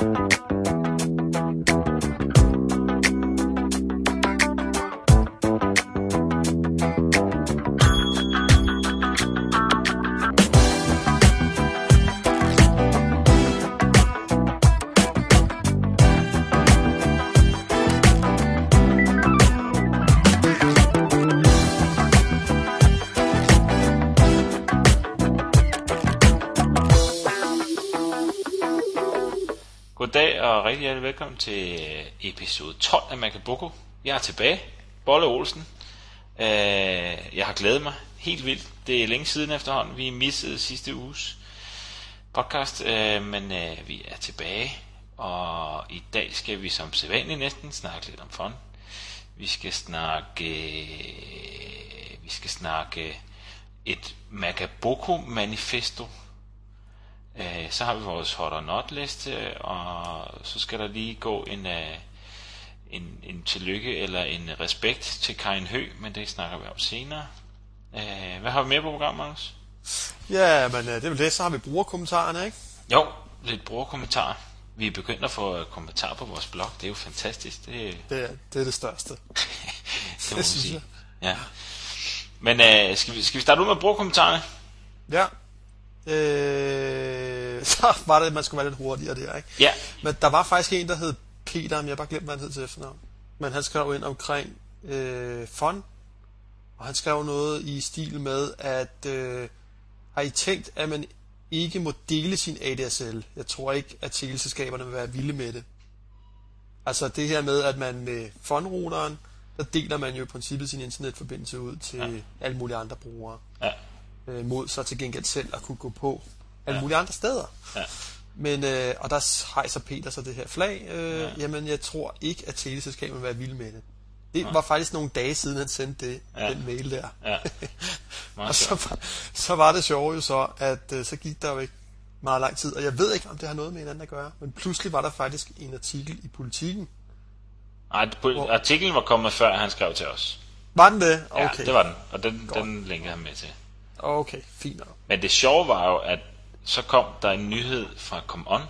Goddag og rigtig hjertelig velkommen til episode 12 af Makaboko. Jeg er tilbage, Bolle Olsen. Jeg har glædet mig helt vildt. Det er længe siden efterhånden. Vi missede sidste uges podcast, men vi er tilbage. Og i dag skal vi som sædvanligt næsten snakke lidt om fun. Vi skal snakke et Makaboko manifesto. Så har vi vores hot or not liste, og så skal der lige gå en tillykke eller en respekt til Karin Hø, men det snakker vi om senere. Hvad har vi mere på programmet, Magnus? Ja, men det er vel det, så har vi brugerkommentarerne, ikke? Jo, lidt brugerkommentarer. Vi er begyndt at få kommentarer på vores blog, det er jo fantastisk. Det er det største. Det synes jeg. Ja. Men skal vi starte ud med brugerkommentarerne? Ja. Så var det, at man skulle være lidt hurtigere der, ikke? Ja. Men der var faktisk en, der hed Peter, men jeg har bare glemt, hvad han hed til efternavn. Men han skrev ind omkring fun, og han skrev noget i stil med, at har I tænkt, at man ikke må dele sin ADSL? Jeg tror ikke, at teleselskaberne vil være vilde med det. Altså det her med, at man med fun-routeren, der deler man jo i princippet sin internetforbindelse ud til alle mulige andre brugere. Ja. Mod så til gengæld selv at kunne gå på alle mulige andre steder. Ja. Men, og der hejser Peter så det her flag. Jamen, jeg tror ikke, at teleselskabet vil være vilde med det. Det var faktisk nogle dage siden, han sendte den mail der. Ja. Og så var det sjovt jo så, at så gik der jo ikke meget lang tid. Og jeg ved ikke, om det har noget med hinanden at gøre. Men pludselig var der faktisk en artikel i Politiken. Nej, artiklen var kommet før, han skrev til os. Var den det? Okay. Ja, det var den. Og den linkede han med til. Okay, fint nok. Men det sjove var jo, at så kom der en nyhed fra Come On.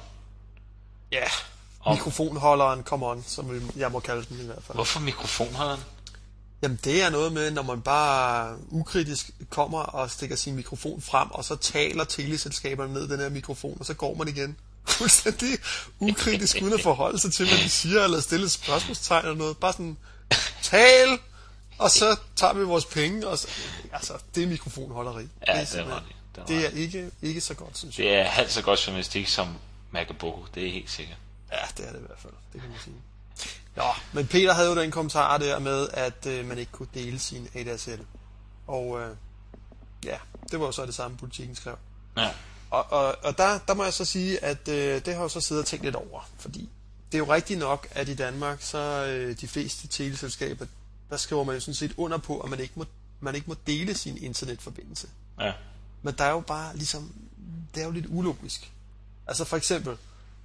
Ja, mikrofonholderen Come On, som jeg må kalde den i hvert fald. Hvorfor mikrofonholderen? Jamen det er noget med, når man bare ukritisk kommer og stikker sin mikrofon frem, og så taler teleselskaberne ned den her mikrofon, og så går man igen. Fuldstændig ukritisk, uden at forholde sig til, hvad de siger, eller stille et spørgsmålstegn eller noget. Bare sådan, tal! Og så tager vi vores penge, og så, altså, det er mikrofonholderi. Ja, det er ikke så godt, synes jeg. Det er halvt så godt journalistik som Makaboko, det er helt sikkert. Ja, det er det i hvert fald, det kan man sige. Nå, men Peter havde jo den kommentar der med, at man ikke kunne dele sin ADSL. Og ja, det var jo så det samme, Politiken skrev. Ja. Og der må jeg så sige, at det har jeg jo så siddet og tænkt lidt over. Fordi det er jo rigtigt nok, at i Danmark, så de fleste teleselskaber, der skriver man jo sådan set under på, at man ikke må dele sin internetforbindelse. Ja. Men der er jo bare ligesom, det er jo lidt ulogisk. Altså for eksempel,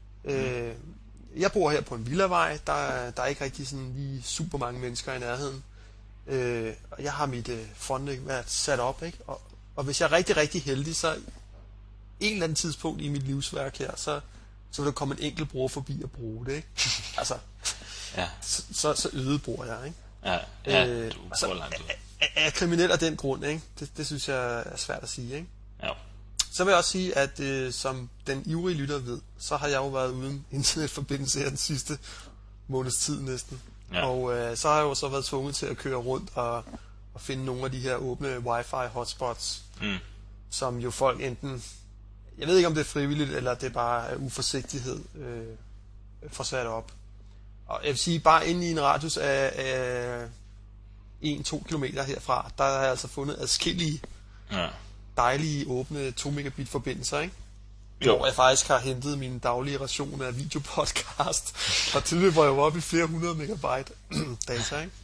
jeg bor her på en villavej, der er ikke rigtig sådan lige super mange mennesker i nærheden. Og jeg har mit frontnet sat op, ikke? Og hvis jeg er rigtig, rigtig heldig, så en eller anden tidspunkt i mit livsværk her, så vil der komme en enkelt bruger forbi og bruge det, ikke? Altså, ja. så øde bor jeg, ikke? Ja, du bor langt ud. Er kriminel af den grund, ikke? Det synes jeg er svært at sige, ikke? Ja. Så vil jeg også sige, at som den ivrige lytter ved, så har jeg jo været uden internetforbindelse her den sidste måneds tid næsten. Ja. Og så har jeg jo så været tvunget til at køre rundt og finde nogle af de her åbne wifi hotspots, som jo folk enten, jeg ved ikke om det er frivilligt, eller det er bare uforsigtighed får sat op. Og jeg vil sige, bare inde i en radius af 1-2 kilometer herfra, der har jeg altså fundet adskillige dejlige, åbne 2 megabit forbindelser, ikke? Jo. Hvor jeg faktisk har hentet min daglige ration af videopodcast, og tiløber jeg jo op i flere 100 megabyte data, ikke?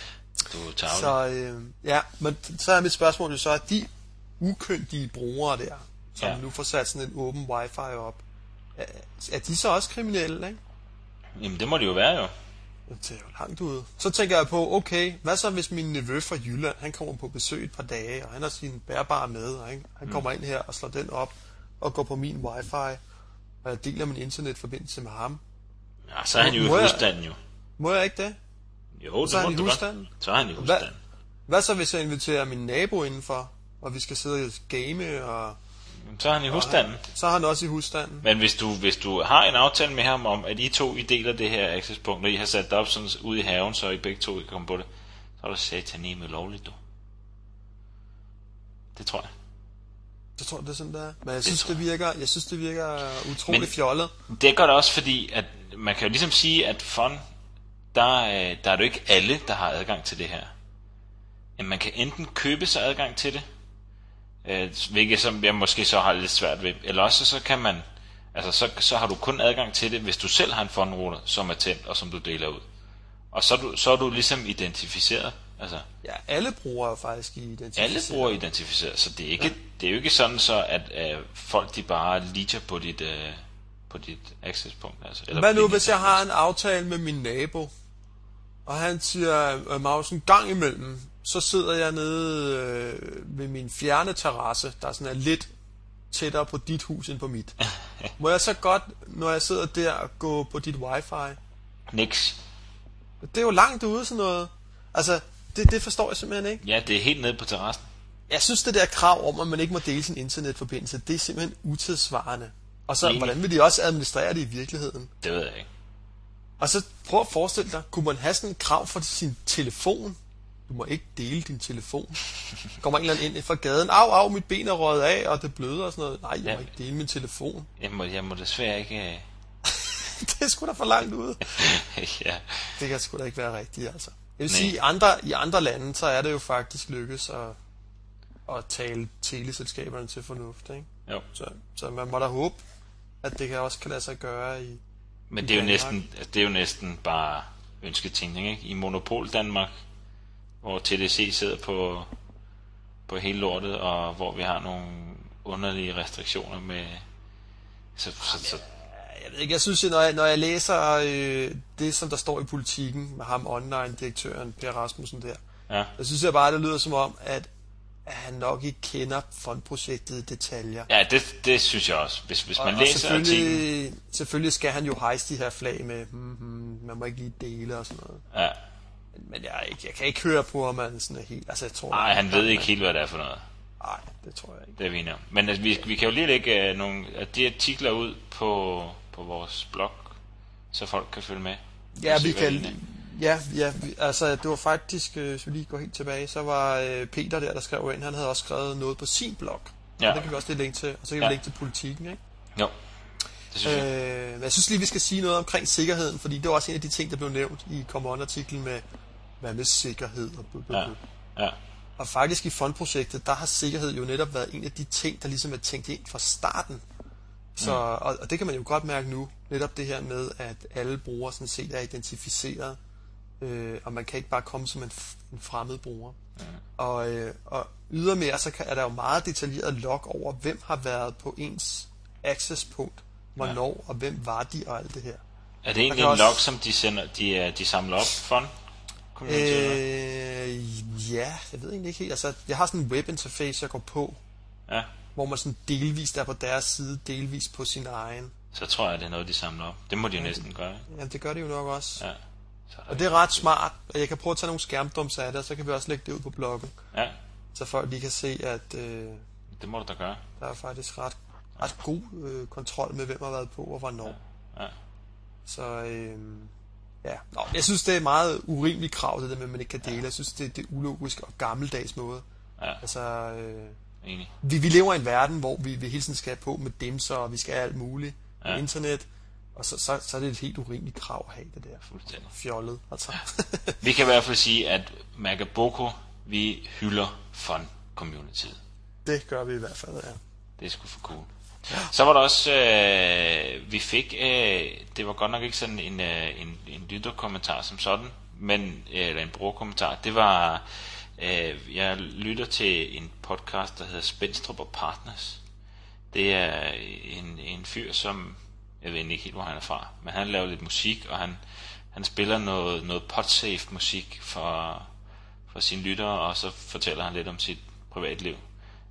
Så ja, men så er mit spørgsmål jo så, at de ukyndige brugere der, som nu får sat sådan en åben wifi op, er de så også kriminelle, ikke? Jamen det må det jo være, jo. Det er jo langt ude. Så tænker jeg på, okay, hvad så hvis min nevø fra Jylland, han kommer på besøg et par dage, og han har sin bærbare med, og han kommer ind her og slår den op, og går på min wifi, og jeg deler min internetforbindelse med ham. Ja, så er han jo i husstanden jo. Må jeg ikke det? Jo, så det må du godt. Så er han i husstanden. Hvad så, hvis jeg inviterer min nabo indenfor, og vi skal sidde og game, og... Så er han i husstanden. Så er han også i husstanden. Men hvis du har en aftale med ham om, at I to I deler det her accesspunkt, og I har sat det op sådan ud i haven, så I begge to kan komme på det, så er det sataneme lovligt, du. Det tror jeg. Jeg tror, det er sådan, der. Men jeg synes, det virker utroligt fjollet. Det gør det også, fordi at man kan jo ligesom sige, at fun, der er det jo ikke alle, der har adgang til det her. Jamen, man kan enten købe sig adgang til det, hvilket som jeg måske så har lidt svært ved, eller også så kan man, altså så har du kun adgang til det, hvis du selv har en fun-router, som er tændt, og som du deler ud. Og så er du ligesom identificeret. Altså, ja, alle brugere er faktisk identificeret. Alle brugere er identificeret, så det er jo ikke sådan så, at folk de bare leacher på dit accesspunkt. Altså, eller hvad nu, hvis jeg har en aftale med min nabo, og han siger, Magnussen, gang imellem, så sidder jeg nede ved min fjerne terrasse, der sådan er lidt tættere på dit hus end på mit. Må jeg så godt, når jeg sidder der, gå på dit wifi? Niks. Det er jo langt ude sådan noget. Altså, det forstår jeg simpelthen ikke. Ja, det er helt nede på terrassen. Jeg synes, det der krav om, at man ikke må dele sin internetforbindelse, det er simpelthen utidsvarende. Og så, hvordan vil de også administrere det i virkeligheden? Det ved jeg ikke. Og så prøv at forestille dig, kunne man have sådan en krav for sin telefon? Du må ikke dele din telefon. Kommer en eller anden ind fra gaden, au, mit ben er røget af, og det bløder og sådan noget. Nej, jeg må ikke dele min telefon. Jeg må desværre ikke... Det er sgu da for langt ude. Ja. Det kan sgu da ikke være rigtigt, altså. Jeg vil sige, i andre lande, så er det jo faktisk lykkes at tale teleselskaberne til fornuft, ikke? Jo. Så man må da håbe, at det også kan lade sig gøre i... Men det er jo næsten bare ønsketænkning, ikke? I Monopol Danmark, hvor TDC sidder på hele lortet, og hvor vi har nogle underlige restriktioner med... Så. Jeg ved ikke, jeg synes, når jeg læser det, som der står i Politikken med ham online-direktøren Per Rasmussen der, ja. Så synes jeg bare, det lyder som om, at han nok ikke kender fondprojektet i detaljer. Ja, det synes jeg også. Hvis man læser artiklen... Selvfølgelig skal han jo hejse de her flag med, man må ikke lige dele og sådan noget. Ja. Men jeg kan ikke høre på, om han sådan er helt... Altså, jeg tror... Nej, han ved ikke helt, hvad det er for noget. Nej, det tror jeg ikke. Det er vi enige om. Men altså, vi kan jo lige lægge nogle af de artikler ud på vores blog, så folk kan følge med. Ja, vi kan... Ja, altså det var faktisk, hvis vi lige går helt tilbage, så var Peter der skrev ind, han havde også skrevet noget på sin blog. Ja. Det kan vi også lige linke til, og så kan vi linke til Politikken, ikke? Jo, det synes jeg. Men jeg synes lige, vi skal sige noget omkring sikkerheden, fordi det var også en af de ting, der blev nævnt i Come On-artiklen med, hvad med sikkerhed og Ja. Og faktisk i fondprojektet, der har sikkerhed jo netop været en af de ting, der ligesom er tænkt ind fra starten. Så, og det kan man jo godt mærke nu, netop det her med, at alle brugere sådan set er identificeret, og man kan ikke bare komme som en fremmed bruger. Og ydermere, så er der jo meget detaljeret log over, hvem har været på ens accesspunkt, hvornår, og hvem var de, og alt det her. Er det egentlig en log, som de samler op for? Ja, jeg ved egentlig ikke helt. Altså, jeg har sådan en webinterface, jeg går på, hvor man sådan delvist er på deres side, delvist på sin egen. Så tror jeg, det er noget, de samler op. Det må de jo næsten gøre. Ja, det gør de jo nok også. Ja. Og det er ret smart, og jeg kan prøve at tage nogle skærmdums af det, og så kan vi også lægge det ud på bloggen. Ja. Så folk lige kan se, at det må du da gøre. Der er faktisk ret god kontrol med, hvem har været på og hvornår. Ja. Så ja. Jeg synes, det er meget urimeligt krav, det der med, at man ikke kan dele. Jeg synes, det er ulogisk og gammeldags måde. Ja. Altså, enig. Vi lever i en verden, hvor vi hele tiden skal på med dimser, og vi skal have alt muligt. Internet. Og så er det et helt urimeligt krav at have det der. Fuldstændig. Fjollet. Altså. Vi kan i hvert fald sige, at Magaboko, vi hylder fun-communityet. Det gør vi i hvert fald, ja. Det er sgu for cool. Så var der også, vi fik, det var godt nok ikke sådan en lytterkommentar som sådan, men, eller en brugerkommentar. Det var, jeg lytter til en podcast, der hedder Spænstrup og Partners. Det er en fyr, som, jeg ved ikke helt, hvor han er fra, men han laver lidt musik, og han spiller noget podsafe musik for sine lyttere, og så fortæller han lidt om sit privatliv.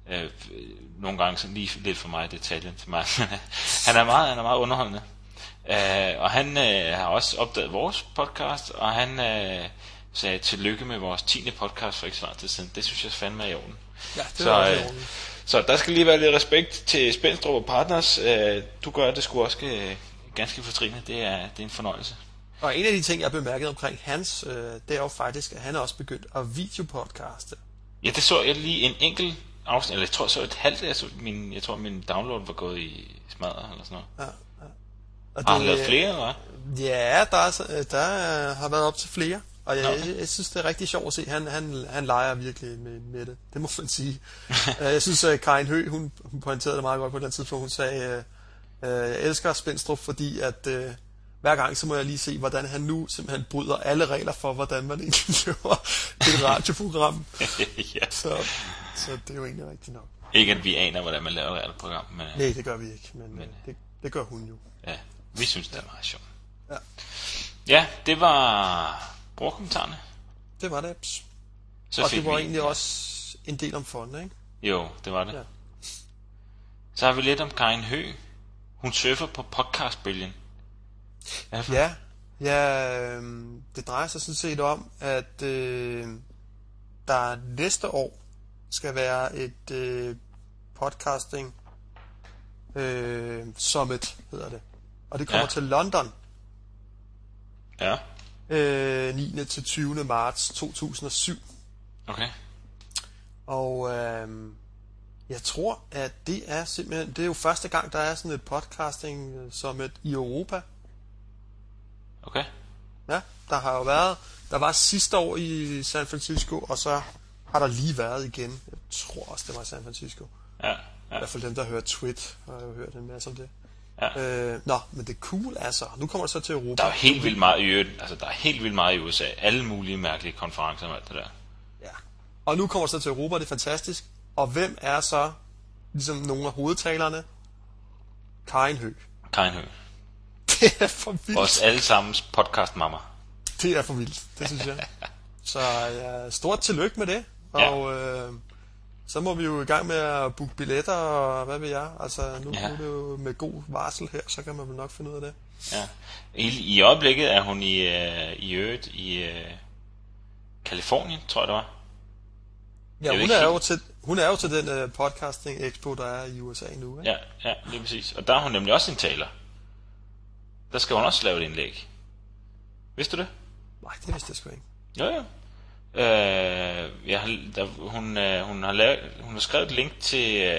Nogle gange sådan lige lidt for meget detaljen til mig. Han er meget underholdende. Og han har også opdaget vores podcast, og han sagde tillykke med vores 10. podcast for ikke så lang tid siden. Det synes jeg fandme er i orden. Ja, det er også i orden. Så der skal lige være lidt respekt til Spendstrup og Partners. Du gør det sgu også ganske fortrinligt. Det er en fornøjelse. Og en af de ting, jeg bemærkede omkring hans, det er jo faktisk, at han er også begyndt at videopodcaste. Ja, det så jeg lige en enkelt afsnit, eller jeg tror så et halvt, jeg tror min download var gået i smadret eller sådan noget. Ja. Og har han lavet flere, eller hvad? Ja, der har været op til flere. Og jeg synes, det er rigtig sjovt at se. Han leger virkelig med det. Det må man sige. Jeg synes, at Karin Høgh, hun pointerede det meget godt på den tidspunkt. Hun sagde, jeg elsker Spendstrup, fordi at hver gang så må jeg lige se, hvordan han nu simpelthen bryder alle regler for, hvordan man egentlig laver et radioprogram. Ja. Så det er jo egentlig rigtigt nok. Ikke at vi aner, hvordan man laver et radioprogram. Men nej, det gør vi ikke, men det gør hun jo. Ja, vi synes, det er meget sjovt. Ja. Ja, det var brugerkommentarerne. Det var det. Og det var egentlig også en del om fonde, ikke? Jo, det var det. Ja. Så har vi lidt om Karin Høgh. Hun surfer på podcastbølgen. Ja, det drejer sig sådan set om, at der næste år skal være et podcasting summit, hedder det. Og det kommer til London. Ja. 9. til 20. marts 2007. Okay. Og jeg tror, at det er simpelthen, det er jo første gang, der er sådan et podcasting summit i Europa. Okay. Ja, der var sidste år i San Francisco, og så har der lige været igen. Jeg tror også, det var i San Francisco. Ja. I hvert fald dem, der hører Twit, har jo hørt en masse om det. Ja. Men det er cool, altså. Nu kommer det så til Europa. Der er helt vildt meget i øvrigt. Altså, der er helt vildt meget i USA. Alle mulige mærkelige konferencer og alt det der. Ja. Og nu kommer det så til Europa, det er fantastisk. Og hvem er så ligesom nogle af hovedtalerne? Karin Høgh. Det er for vildt. Vores allesammens podcastmamma. Det er for vildt, det synes jeg. Så stort tillykke med det. Og så må vi jo i gang med at booke billetter og hvad ved jeg. Altså nu er det jo med god varsel her, så kan man vel nok finde ud af det. Ja. I øjeblikket er hun i Californien, tror jeg det var. Ja, hun er jo til den podcasting expo, der er i USA nu, ikke? Ja, lige præcis. Og der er hun nemlig også en taler. Der skal hun også lave et indlæg. Vidste du det? Nej, det vidste jeg sgu ikke. Ja. Hun har skrevet et link til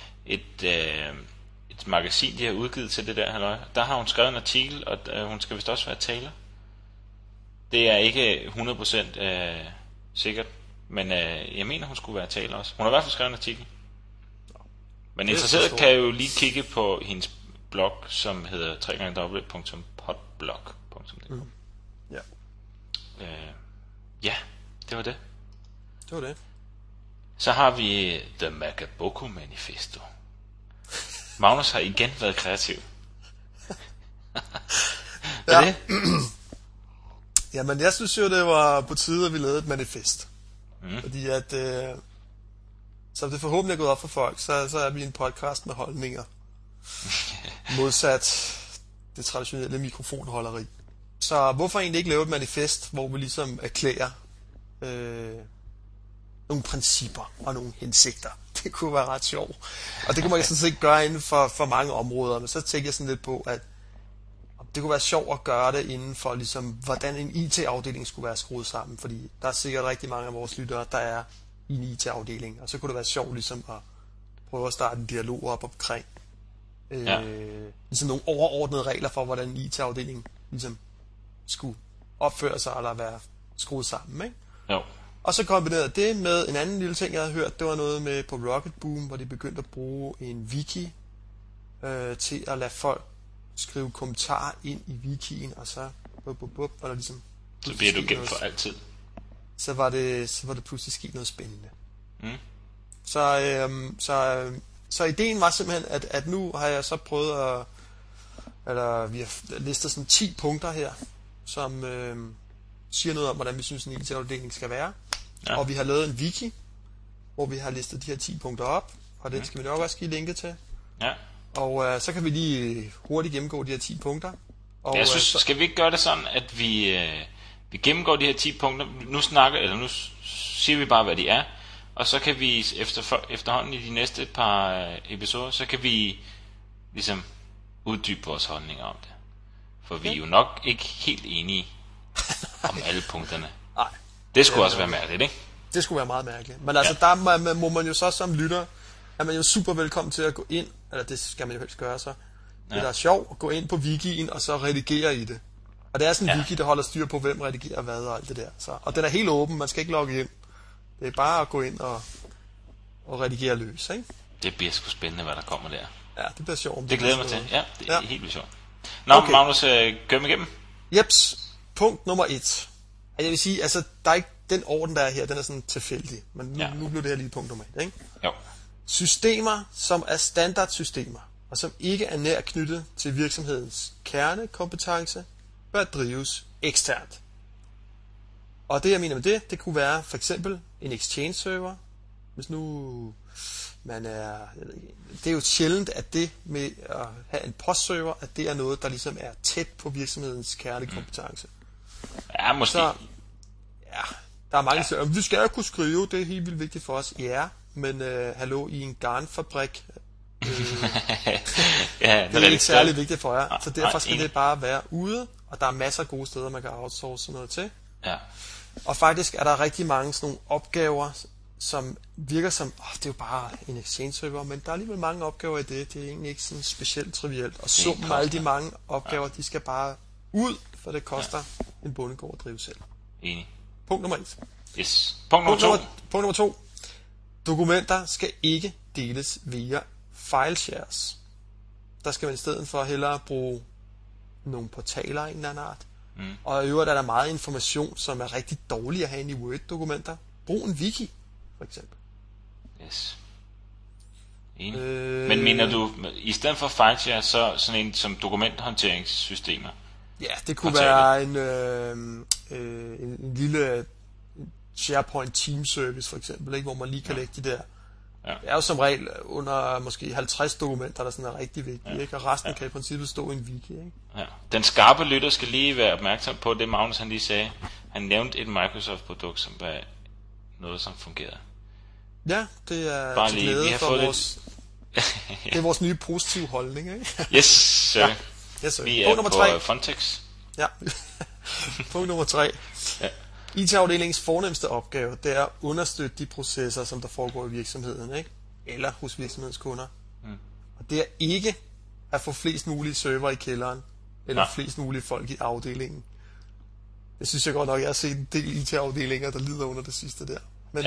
et magasin, de har udgivet til det der halløj. Der har hun skrevet en artikel, og hun skal vist også være taler. Det er ikke 100% sikkert, men jeg mener, hun skulle være taler også. Hun har i hvert fald skrevet en artikel. Men interesseret kan jo lige kigge på hendes blog, som hedder www.podblog.dk. Ja. Ja, det var det. Det var det. Så har vi The Magaboko Manifesto. Magnus har igen været kreativ. Ja. Det? Jamen, jeg synes jo, det var på tide, at vi lavede et manifest. Fordi at, så det forhåbentlig er gået op for folk, så er vi en podcast med holdninger. Modsat det traditionelle mikrofonholderi. Så hvorfor egentlig ikke lave et manifest, hvor vi ligesom erklærer nogle principper og nogle hensigter? Det kunne være ret sjovt. Og det kunne man sådan set gøre inden for mange områder, men så tænker jeg sådan lidt på, at det kunne være sjovt at gøre det inden for ligesom, hvordan en IT-afdeling skulle være skruet sammen, fordi der er sikkert rigtig mange af vores lyttere, der er i en IT-afdeling, og så kunne det være sjovt ligesom at prøve at starte en dialog op omkring ligesom nogle overordnede regler for, hvordan en IT-afdeling ligesom skulle opføre sig eller være skruet sammen, ikke? Jo. Og så kombinerede det med en anden lille ting, jeg havde hørt, det var noget med på Rocket Boom, hvor de begyndte at bruge en wiki til at lade folk skrive kommentarer ind i wikien, og så og der ligesom så bliver du gemt for altid. Så var det pludselig sket noget spændende. Så ideen var simpelthen, at nu har jeg så prøvet vi har listet sådan 10 punkter her, som siger noget om, hvordan vi synes en IT-afdeling skal være. Ja. Og vi har lavet en wiki, hvor vi har listet de her 10 punkter op, og det skal vi nok også give linket til. Ja. Og så kan vi lige hurtigt gennemgå de her 10 punkter. Og, jeg synes, skal vi ikke gøre det sådan, at vi gennemgår de her 10 punkter, nu siger vi bare, hvad de er, og så kan vi efterhånden i de næste par episoder, så kan vi ligesom uddybe vores holdninger om det. For vi er jo nok ikke helt enige om alle punkterne. Nej. Det skulle også være mærkeligt, ikke? Det skulle være meget mærkeligt. Men altså, der må man jo så som lytter, er man jo super velkommen til at gå ind, eller det skal man jo helst gøre så. Det der er sjovt, at gå ind på wikien og så redigere i det. Og det er sådan en wiki, der holder styr på, hvem redigerer hvad og alt det der. Så, og den er helt åben, man skal ikke logge ind. Det er bare at gå ind og redigere løs, ikke? Det bliver sgu spændende, hvad der kommer der. Ja, det bliver sjovt. Det glæder mig til. Ja, det er helt vildt sjovt. Nå, okay. Magnus, kør mig igennem. Jeps. Punkt nummer 1. Jeg vil sige, altså, der er ikke den orden, der er her, den er sådan tilfældig. Men nu blev det her lige punkt nummer 1, ikke? Jo. Systemer, som er standardsystemer, og som ikke er nær knyttet til virksomhedens kernekompetence, bør drives eksternt. Og det, jeg mener med det kunne være for eksempel en Exchange-server. Hvis nu man det er jo sjældent, at det med at have en postserver, at det er noget, der ligesom er tæt på virksomhedens kernekompetence. Ja, måske. Så, der er mange, der siger, vi skal jo kunne skrive, det er helt vildt vigtigt for os. Ja, men hallo, i en garnfabrik, det er ikke særlig vigtigt for jer. Så derfor skal det bare være ude, og der er masser af gode steder, man kan outsource sådan noget til. Ja. Og faktisk er der rigtig mange sådan nogle opgaver, som virker som, det er jo bare en Exchange-server, men der er alligevel mange opgaver i det. Det er egentlig ikke sådan specielt trivielt. Og summen af alle de mange opgaver, de skal bare ud, for det koster en bondegård at drive selv. Enig. Punkt nummer 1. Yes. Punkt nummer 2. Dokumenter skal ikke deles via fileshares. Der skal man i stedet for hellere bruge nogle portaler af en eller anden art. Og i øvrigt er der meget information, som er rigtig dårlig at have i Word-dokumenter. Brug en wiki, for eksempel. Yes. Enig. Men mener du, i stedet for fileshare, så sådan en som dokumenthåndteringssystemer? Ja, det kunne være en lille SharePoint Team Service, for eksempel, ikke, hvor man lige kan lægge de der. Ja. Det er jo som regel under måske 50 dokumenter, der sådan er rigtig vigtige, ikke? Og resten kan i princippet stå i en wiki, ikke? Ja. Den skarpe lytter skal lige være opmærksom på det, Magnus han lige sagde. Han nævnte et Microsoft-produkt, som var noget, som fungerede. Ja, det er bare til glæde for vores... Det er vores nye positive holdning, ikke? Yes, sir. Ja. Yes, sir. Vi er på Fontex. Ja. Punkt nummer 3. Ja. IT-afdelingens fornemste opgave, det er at understøtte de processer, som der foregår i virksomheden, ikke? Eller hos virksomhedens kunder. Og det er ikke at få flest mulige server i kælderen, eller flest mulige folk i afdelingen. Det synes jeg godt nok, jeg har set en del IT-afdelinger, der lider under det sidste der.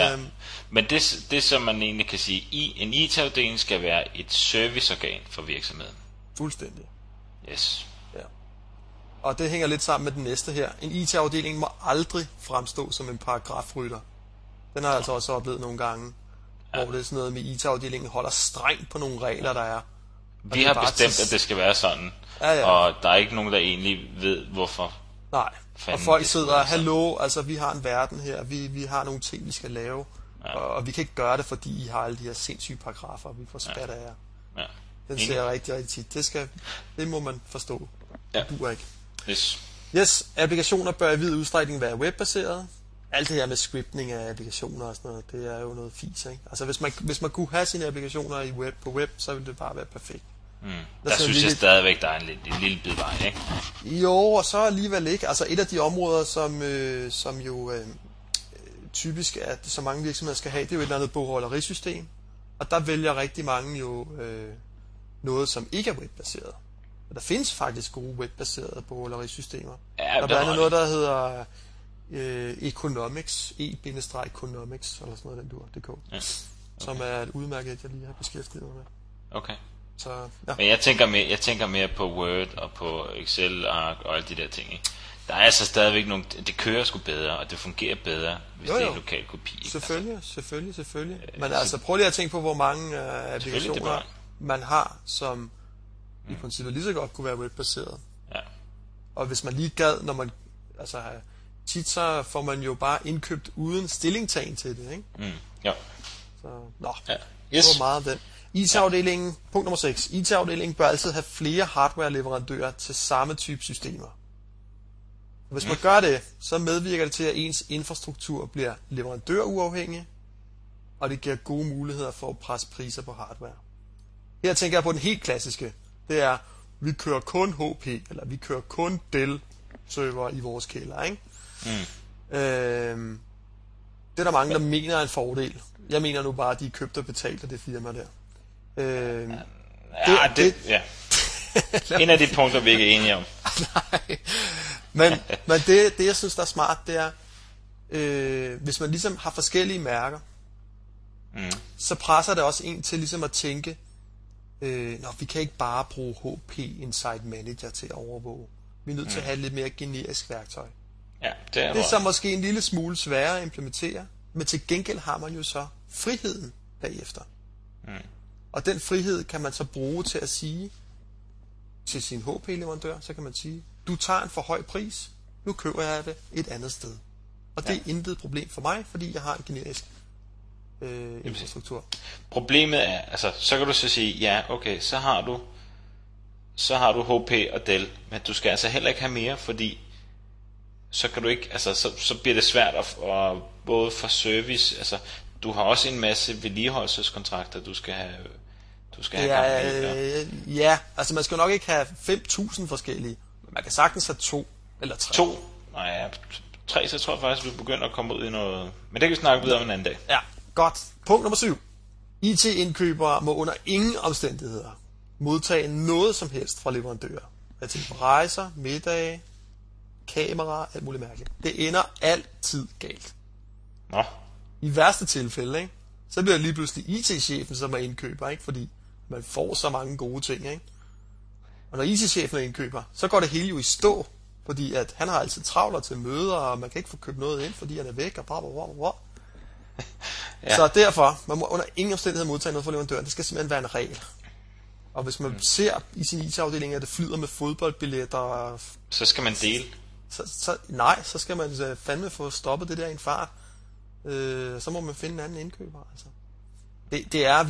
Men det som man egentlig kan sige, en IT-afdeling skal være et serviceorgan for virksomheden. Fuldstændig. Yes. Ja. Og det hænger lidt sammen med den næste her. En IT-afdeling må aldrig fremstå som en paragrafrytter. Den har jeg altså også oplevet nogle gange, hvor det er sådan noget med IT-afdelingen holder strengt på nogle regler, der er. Vi har bestemt, at det skal være sådan, og der er ikke nogen, der egentlig ved, hvorfor. Nej, og folk sidder, hallo, altså vi har en verden her, vi har nogle ting, vi skal lave, og vi kan ikke gøre det, fordi I har alle de her sindssyge paragrafer, vi får spat af jer. Ja. Den ser jeg rigtig, rigtig tit. Det må man forstå. Det duer ikke. Yes, applikationer bør i vid udstrækning være webbaseret. Alt det her med scriptning af applikationer og sådan noget, det er jo noget fis, ikke? Altså hvis man kunne have sine applikationer på web, så ville det bare være perfekt. Der synes jeg stadigvæk, der er en lille bid vej, ikke? Jo, og så alligevel ikke. Altså et af de områder, som jo typisk er, at så mange virksomheder skal have, det er jo et eller andet bogholderisystem. Og der vælger rigtig mange jo noget, som ikke er webbaseret. Og der findes faktisk gode webbaserede bogholderisystemer. Ja, der er blandt andet noget, der hedder Economics, e-economics, eller sådan noget, den dur.dk, som er et udmærket, jeg lige har beskæftiget mig med. Okay. Så, ja. Men jeg tænker mere på Word og på Excel og alle de der ting, ikke? Der er altså stadigvæk nogle, det kører sgu bedre, og det fungerer bedre, hvis det er en lokal kopi. Ikke? Selvfølgelig. Men altså prøv lige at tænke på, hvor mange applikationer man har, som i princippet lige så godt kunne være webbaseret. Ja. Og hvis man lige gad, når man, altså tit så får man jo bare indkøbt uden stillingtagen til det, ikke? Ja. Så, nå, Ja. det var meget om den. IT-afdelingen, punkt nummer 6. IT-afdelingen bør altid have flere hardware-leverandører til samme type systemer. Hvis man gør det, så medvirker det til, at ens infrastruktur bliver leverandøruafhængig, og det giver gode muligheder for at presse priser på hardware. Her tænker jeg på den helt klassiske. Det er, vi kører kun HP, eller vi kører kun Dell-server i vores kælder, ikke? Det er der mange, der mener er en fordel. Jeg mener nu bare, at de er købt og betalt af det firma der. En af de punkter, vi ikke er enige om. Nej, men det jeg synes, der er smart, det er, hvis man ligesom har forskellige mærker, så presser det også en til ligesom at tænke, vi kan ikke bare bruge HP Insight Manager til at overvåge. Vi er nødt til at have lidt mere generisk værktøj. Ja, det er så måske en lille smule sværere at implementere, men til gengæld har man jo så friheden bagefter. Og den frihed kan man så bruge til at sige til sin HP-leverandør, så kan man sige, du tager en for høj pris, nu køber jeg det et andet sted. Og det er intet problem for mig, fordi jeg har en generisk infrastruktur. Problemet er, altså, så kan du så sige, ja, okay, så har du HP og Dell, men du skal altså heller ikke have mere, fordi så kan du ikke, altså, så bliver det svært at både for service, altså, du har også en masse vedligeholdelseskontrakter, du skal have ja, altså man skal nok ikke have 5.000 forskellige, men man kan sagtens have 2 eller 3. 3, så tror jeg faktisk, vi begynder at komme ud i noget, men det kan vi snakke videre om en anden dag. Ja, godt. Punkt nummer 7. IT-indkøbere må under ingen omstændigheder modtage noget som helst fra leverandører. Altså rejser, middage, kamera, alt muligt mærkeligt. Det ender altid galt. Nå. I værste tilfælde, ikke? Så bliver det lige pludselig IT-chefen, som er indkøber, ikke? Fordi man får så mange gode ting, ikke? Og når IT-chefen er indkøber, så går det hele jo i stå, fordi at han har altid travler til møder, og man kan ikke få købt noget ind, fordi han er væk, og bla. Ja. Så derfor, man må under ingen omstændighed modtage noget fra leverandøren. Det skal simpelthen være en regel. Og hvis man ser i sin IT-afdeling, at det flyder med fodboldbilletter, så skal man dele. Så skal man fandme få stoppet det der i en fart. Så må man finde en anden indkøber. Altså. Det er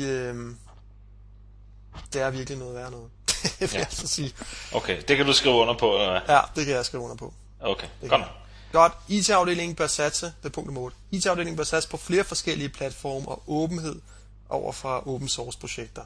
virkelig noget værd noget. Det vil jeg så sige. Okay, det kan du skrive under på, eller hvad? Ja, det kan jeg skrive under på. Okay, godt. Godt, IT-afdelingen bør satse, det er punkt nummer 8. IT-afdelingen bør satse på flere forskellige platforme og åbenhed over for open source projekter.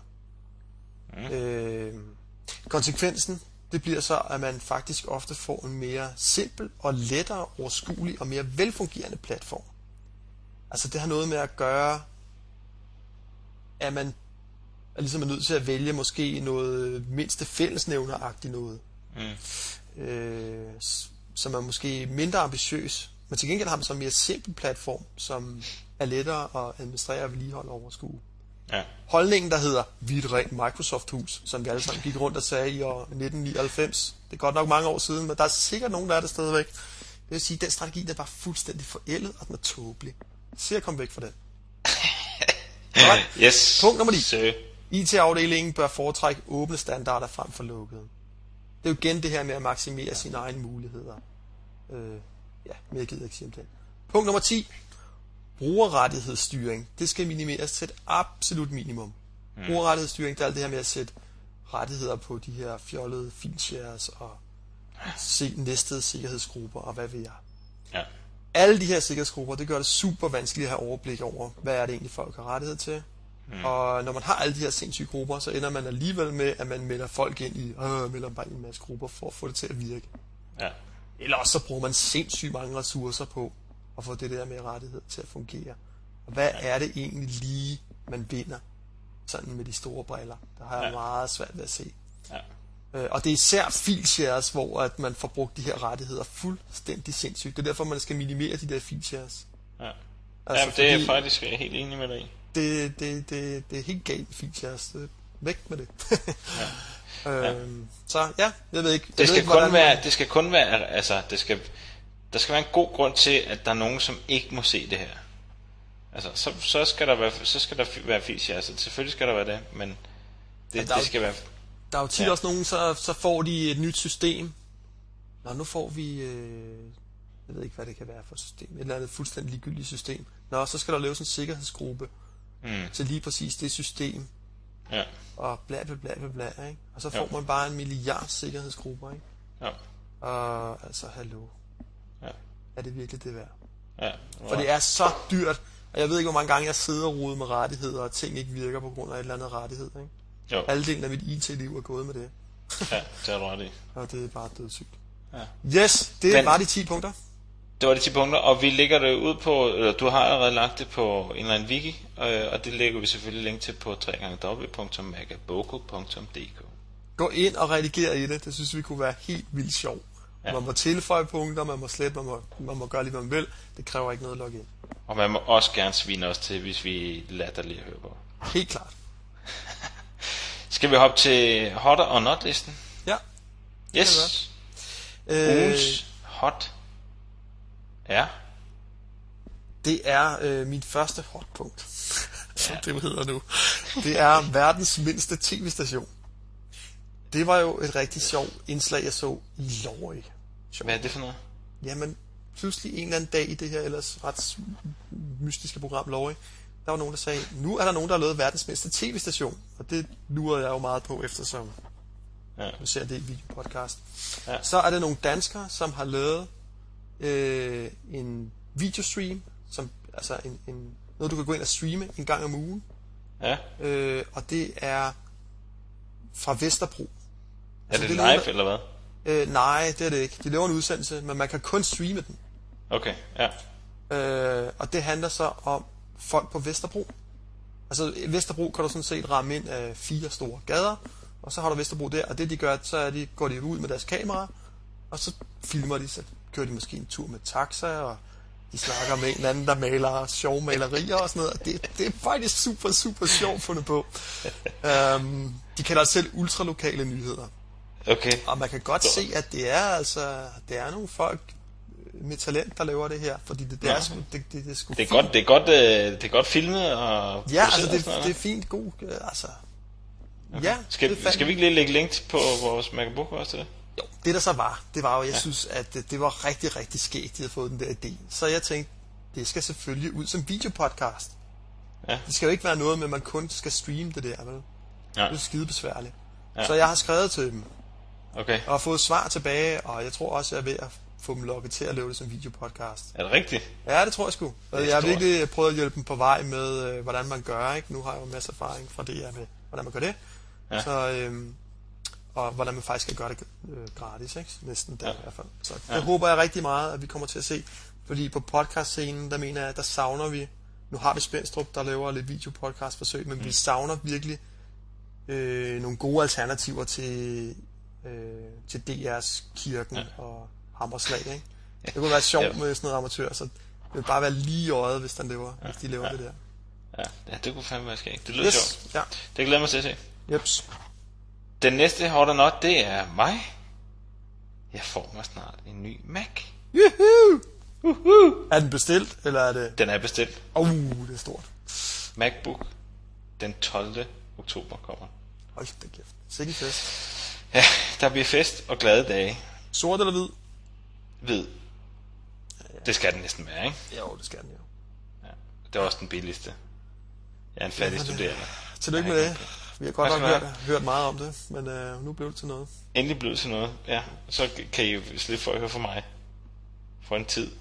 Konsekvensen, det bliver så, at man faktisk ofte får en mere simpel og lettere overskuelig og mere velfungerende platform. Altså det har noget med at gøre, at man er ligesom nødt til at vælge måske noget mindste fællesnævner-agtigt noget. Som er måske mindre ambitiøs, men til gengæld har man så en mere simpel platform, som er lettere at administrere og vedligeholde og overskue. Ja. Holdningen, der hedder, vi er et rent Microsoft-hus, som vi alle sammen gik rundt og sagde i år 1999. Det er godt nok mange år siden, men der er sikkert nogen, der er det stadigvæk. Det vil sige, at den strategi, den var fuldstændig forældet, og den er tåbelig. Se at komme væk fra den. Yes. Punkt nummer 9. IT-afdelingen bør foretrække åbne standarder frem for lukkede. Det er jo igen det her med at maksimere sine egne muligheder. Men jeg gider ikke sige om det. Punkt nummer 10. Brugerrettighedsstyring. Det skal minimeres til et absolut minimum. Brugerrettighedsstyring, det er alt det her med at sætte rettigheder på de her fjollede fileshares og næstede sikkerhedsgrupper og hvad ved jeg. Ja. Alle de her sikkerhedsgrupper, det gør det super vanskeligt at have overblik over, hvad er det egentlig folk har rettighed til. Og når man har alle de her sindssyge grupper, så ender man alligevel med, at man melder folk ind i, melder bare en masse grupper for at få det til at virke. Ja. Eller også så bruger man sindssygt mange ressourcer på at få det der med rettighed til at fungere. Og hvad er det egentlig lige, man vinder sådan med de store briller? Der har jeg meget svært ved at se. Ja. Og det er især fileshares, hvor at man får brugt de her rettigheder fuldstændig sindssygt. Det er derfor, man skal minimere de der fileshares. Ja. Altså, det er jeg faktisk helt enig med dig i. Det er helt galt med fileshares. Væk med det. Så ja, jeg ved ikke. Det skal kun være, altså der skal være en god grund til, at der er nogen, som ikke må se det her. Altså, så skal der være fileshares. Selvfølgelig skal der være det, men det skal være. Der er jo tit også nogen, så får de et nyt system. Nu får vi, jeg ved ikke, hvad det kan være for et system. Et eller andet fuldstændig ligegyldigt system. Så skal der laves en sikkerhedsgruppe, til lige præcis det system. Ja. Og bla bla bla bla bla, ikke? Og så får man bare en milliard sikkerhedsgrupper, ikke? Ja. Og altså, hallo. Ja. Er det virkelig det værd? Ja. For det er så dyrt, og jeg ved ikke, hvor mange gange jeg sidder og roder med rettigheder, og ting ikke virker på grund af et eller andet rettighed, ikke? Jo. Halvdelen af mit IT-liv er gået med det. Ja, det er du ret i. Og det er bare dødssygt. Ja. Yes, det var de 10 punkter. Det var de 10 punkter, og vi lægger det ud på, eller du har allerede lagt det på en eller anden wiki, og det lægger vi selvfølgelig link til på www.magaboko.dk. Gå ind og rediger i det, det synes vi kunne være helt vildt sjovt. Ja. Man må tilføje punkter, man må slette, man må gøre lige hvad man vil. Det kræver ikke noget login. Og man må også gerne svine os til, hvis vi latterligt at høre på. Helt klart. Skal vi hoppe til hot og not listen? Ja. Yes. Ugens hot. Ja. Det er mit første hotpunkt, som det hedder nu. Det er verdens mindste tv-station. Det var jo et rigtig sjovt indslag, jeg så i Lorry. Hvad er det for noget? Jamen, pludselig en eller anden dag i det her ellers ret mystiske program Lorry, der var nogen, der sagde, nu er der nogen, der har lavet verdens mindste tv-station. Og det lurede jeg jo meget på, eftersom vi ser det i videopodcast. Ja. Så er det nogle danskere, som har lavet en videostream, som, altså noget, du kan gå ind og streame en gang om ugen. Ja. Og det er fra Vesterbro. Er det live, eller hvad? Nej, det er det ikke. De laver en udsendelse, men man kan kun streame den. Okay, ja. Og det handler så om folk på Vesterbro. Altså Vesterbro kan du sådan set ramme ind af 4 store gader, og så har du Vesterbro der, og det de gør, så går de ud med deres kamera, og så filmer de, så kører de måske en tur med taxa, og de snakker med en eller anden, der maler sjove malerier og sådan noget, og det er faktisk super, super sjovt fundet på. De kalder det selv ultralokale nyheder. Okay. Og man kan godt se, at det er nogle folk med talent, der laver det her, fordi det er sgu det er godt filmet og ja, altså det er fint god, altså. Okay. Ja, skal vi ikke lige lægge link på vores Magaboko også til det? Jo, det der så var, det var jo, jeg synes, at det var rigtig, rigtig skægt, de havde fået den der idé. Så jeg tænkte, det skal selvfølgelig ud som videopodcast. Ja. Det skal jo ikke være noget med, at man kun skal streame det der, vel? Ja. Det er skide besværligt. Ja. Så jeg har skrevet til dem. Okay. Og har fået svar tilbage, og jeg tror også, jeg er ved at få dem lukket til at lave det som videopodcast. Er det rigtigt? Ja, det tror jeg sgu. Jeg har virkelig prøvet at hjælpe dem på vej med, hvordan man gør, ikke? Nu har jeg jo en masse erfaring fra DR med, hvordan man gør det. Ja. Så, og hvordan man faktisk kan gøre det gratis, ikke? Næsten der i hvert fald. Så det håber jeg rigtig meget, at vi kommer til at se. Fordi på podcastscenen, der mener jeg, der savner vi, nu har vi Spænstrup, der laver lidt videopodcast-forsøg, men vi savner virkelig nogle gode alternativer til DR's Kirken og Hammerslag, ikke? Det kunne være sjovt med sådan noget amatør, så det vil bare være lige i øjet, hvis de laver det der. Ja, det kunne fandme være skægt. Det lyder sjovt. Ja. Det glæder mig til at se. Jeps. Den næste hot or not, det er mig. Jeg får mig snart en ny Mac. Juhu! Er den bestilt, eller er det? Den er bestilt. Det er stort. MacBook. Den 12. oktober kommer. Hold da kæft. Sikke fest. Ja, der bliver fest og glade dage. Sort eller hvid? Hvid. Det skal den næsten være, ikke? Jo, det skal den jo. Ja. Det er også den billigste. Jeg er en fattig studerende. Tillykke med det. Vi har godt nok hørt meget om det, men nu blev det til noget. Endelig blev det til noget, ja. Så kan I slippe for at høre fra mig. For en tid.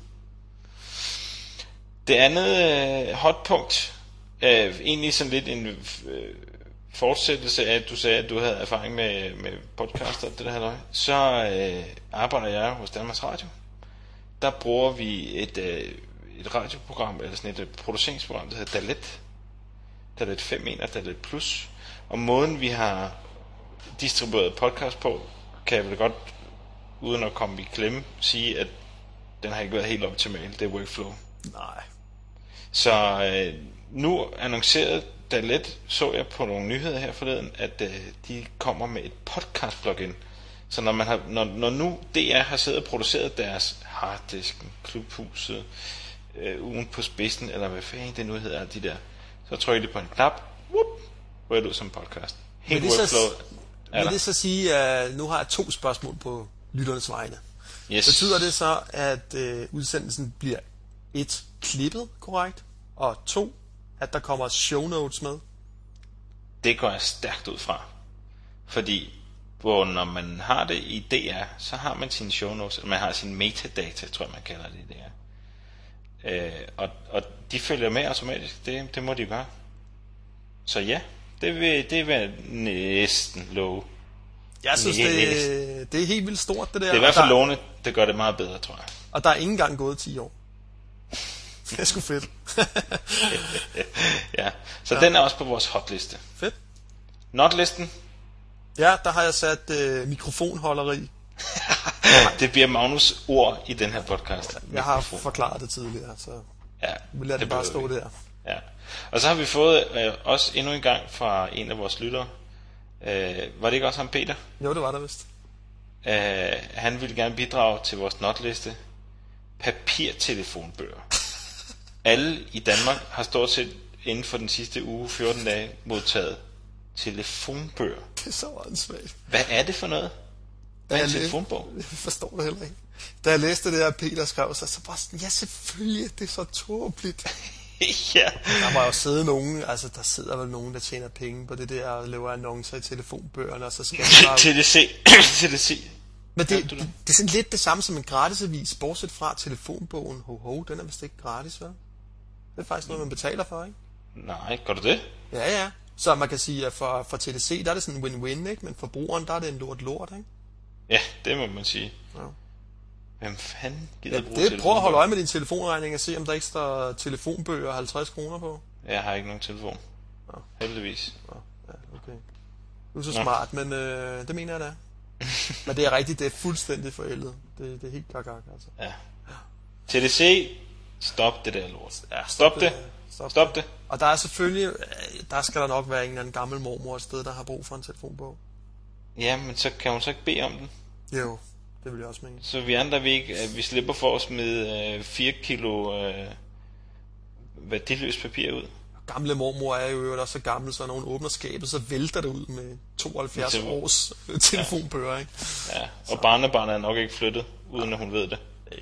Det andet hotpunkt er egentlig sådan lidt en fortsættelse af, at du sagde, at du havde erfaring med podcaster og det der halløj. Så arbejder jeg hos Danmarks Radio. Der bruger vi et radioprogram, eller sådan et produceringsprogram, der hedder Dalet. Dalet 5.1 og Dalet Plus. Og måden vi har distribueret podcast på, kan jeg vel godt, uden at komme i klemme, sige, at den har ikke været helt optimal. Det er workflow. Nej. Så nu annoncerede Dalet, så jeg på nogle nyheder her forleden, at de kommer med et podcast plugin. Så når nu DR har siddet og produceret deres harddisken, klubhuset, ugen på spidsen, eller hvad fanden det nu hedder, de der, så trykker de på en knap, rører det ud som podcast. Helt workflow. Vil det så sige, at nu har jeg 2 spørgsmål på lytternes vegne? Yes. Betyder det så, at udsendelsen bliver 1 klippet korrekt, og 2 at der kommer show notes med? Det går jeg stærkt ud fra. Fordi når man har det i DR, så har man sine show notes, man har sine metadata, tror jeg man kalder det i DR. Og de følger med automatisk, det må de gøre. Så ja, det vil jeg næsten love. Jeg synes, det er helt vildt stort, det der. Det er i hvert fald lovende, det gør det meget bedre, tror jeg. Og der er ikke engang gået 10 år. Det er sgu fedt. Ja, så den er også på vores hotliste. Fedt. Notlisten? Ja, der har jeg sat mikrofonholderi. Det bliver Magnus ord i den her podcast. Jeg har forklaret det tidligere, så ja, vi lader det bare stå der. Ja. Og så har vi fået også endnu en gang fra en af vores lyttere. Var det ikke også ham, Peter? Jo, det var der vist. Han ville gerne bidrage til vores notliste. Papirtelefonbøger. Alle i Danmark har stort set inden for den sidste uge, 14 dage, modtaget telefonbøger. Det er så åndssvagt. Hvad er det for noget? Hvad er en telefonbog? Jeg forstår det heller ikke. Da jeg læste det der, Peter skrev, så bare sådan, ja selvfølgelig, det er så tåbeligt. Ja. Der må jo sidde nogen, altså der sidder vel nogen, der tjener penge på det der, og laver annoncer i telefonbøgerne, og så skal de bare... TDC. Men det er sådan lidt det samme som en gratisavis, bortset fra telefonbogen. Den er vist ikke gratis, hva'? Det er faktisk noget, man betaler for, ikke? Nej, gør du det? Ja. Så man kan sige, at for TDC, der er det sådan en win-win, ikke? Men for brugeren, der er det en lort, ikke? Ja, det må man sige. Ja. Hvem fanden gider bruge telefon? Prøv at holde øje med din telefonregning og se, om der ikke står telefonbøger 50 kroner på. Jeg har ikke nogen telefon. Heldigvis. Ja, okay. Du er så smart, men det mener jeg da. Men det er rigtigt, det er fuldstændig forældet. Det er helt gak, altså. Ja. TDC, stop det der lort. Ja, stop det. Og der er selvfølgelig, der skal der nok være en eller anden gammel mormor et sted, der har brug for en telefonbog. Ja, men så kan hun så ikke bede om den. Jo, det vil jeg også mene. Så vi andre vi slipper for at smide 4 kilo værdiløst papir ud. Gamle mormor er jo også så gammel, så når hun åbner skabet, så vælter det ud med 72 års telefonbøger, ikke? Ja, og barnebarnet er nok ikke flyttet, uden at hun ved det.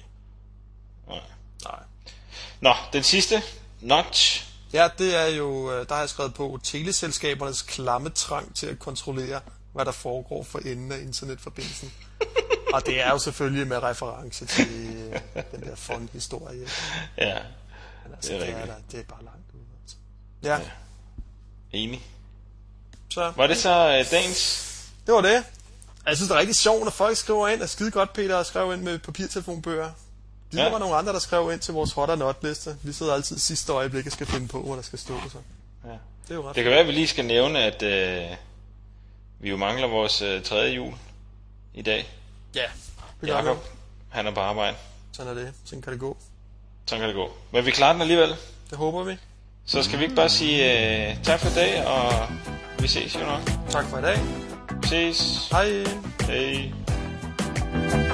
Nej. Nå, den sidste, notch. Ja, det er jo, der har jeg skrevet på, teleselskabernes klamme trang til at kontrollere, hvad der foregår for enden af internetforbindelsen. Og det er jo selvfølgelig med reference til den der fondhistorie. Ja, altså, det er rigtigt. Det er bare langt ud. Altså. Ja. Enig. Så. Var det så dagens? Det var det. Jeg synes, det er rigtig sjovt, når folk skriver ind. Det er skide godt, Peter, at skrive ind med papirtelefonbøger. Der var nogle andre, der skrev ind til vores hot og not liste. Vi sidder altid sidste øjeblik og skal finde på, hvor der skal stå. Så. Ja. Det er jo ret. Det kan være, at vi lige skal nævne, at vi jo mangler vores tredje jul i dag. Ja. Jakob, han er på arbejde. Sådan er det. Sådan kan det gå. Men vi klarer den alligevel. Det håber vi. Så skal vi ikke bare sige tak for i dag, og vi ses jo nok. Tak for i dag. Ses. Hej. Hej.